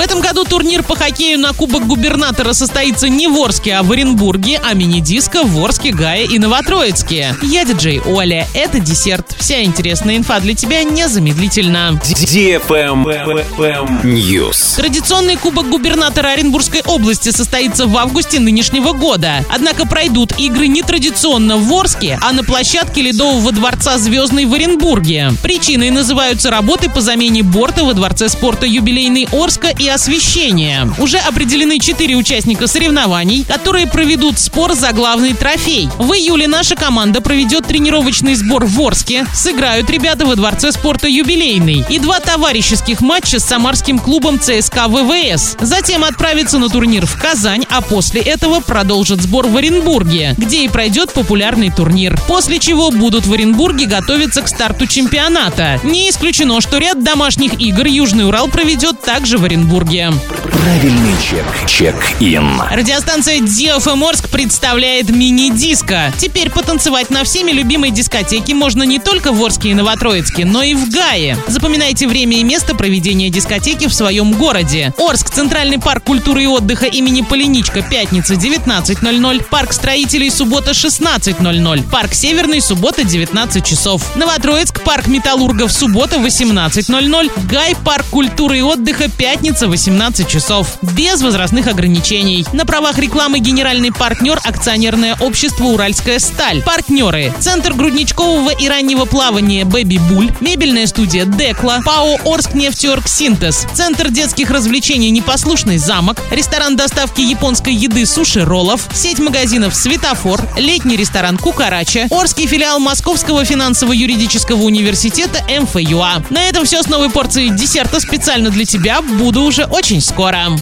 этом году турнир по хоккею на Кубок губернатора состоится не в Орске, а в Оренбурге, а мини-диско в Орске, Гае и Новотроицке. Я диджей Оля. Это десерт. Вся интересная инфа для тебя незамедлительно. News. Традиционный Кубок губернатора Оренбургской области состоится в августе нынешнего года. Однако пройдут игры не традиционно в Орске, а на площадке Ледового дворца «Звездный» в Оренбурге. Причиной называются работы по замене борта во Дворце спорта «Юбилейный» Орска и освещение. Уже определены 4 участника соревнований, которые проведут спор за главный трофей. В июле наша команда проведет тренировочный сбор в Орске. Сыграют ребята во Дворце спорта «Юбилейный». И 2 товарищеских матча с самарским клубом ЦСКА ВВС. Затем отправятся на турнир в Казань, а после этого продолжат сбор в Оренбурге, где и пройдет популярный турнир. После чего будут в Оренбурге готовиться к старту чемпионата. Не исключено, что ряд домашних игр Южный Урал проведет также в Оренбурге. Правильный чек. Чек-ин. Радиостанция DFM Орск представляет мини-диско. Теперь потанцевать на всеми любимой дискотеке можно не только в Орске и Новотроицке, но и в Гае. Запоминайте время и место проведения дискотеки в своем городе. Орск, Центральный парк культуры и отдыха имени Полиничка, пятница, 19:00. Парк строителей, суббота, 16:00. Парк Северный, суббота, 19 часов. Новотроицк, парк металлургов, суббота, 18:00. Гай, парк культуры и отдыха, пятница, 18 часов. Без возрастных ограничений. На правах рекламы генеральный партнер — акционерное общество «Уральская сталь». Партнеры: Центр грудничкового и раннего плавания «Бэби Буль», мебельная студия «Декла», ПАО «Орскнефтеоргсинтез», Центр детских развлечений «Непослушный замок», ресторан доставки японской еды «Суши-роллов», сеть магазинов «Светофор», летний ресторан «Кукарача», Орский филиал Московского финансово-юридического университета МФЮА. На этом все с новой порцией десерта специально для тебя. Буду уже очень скоро.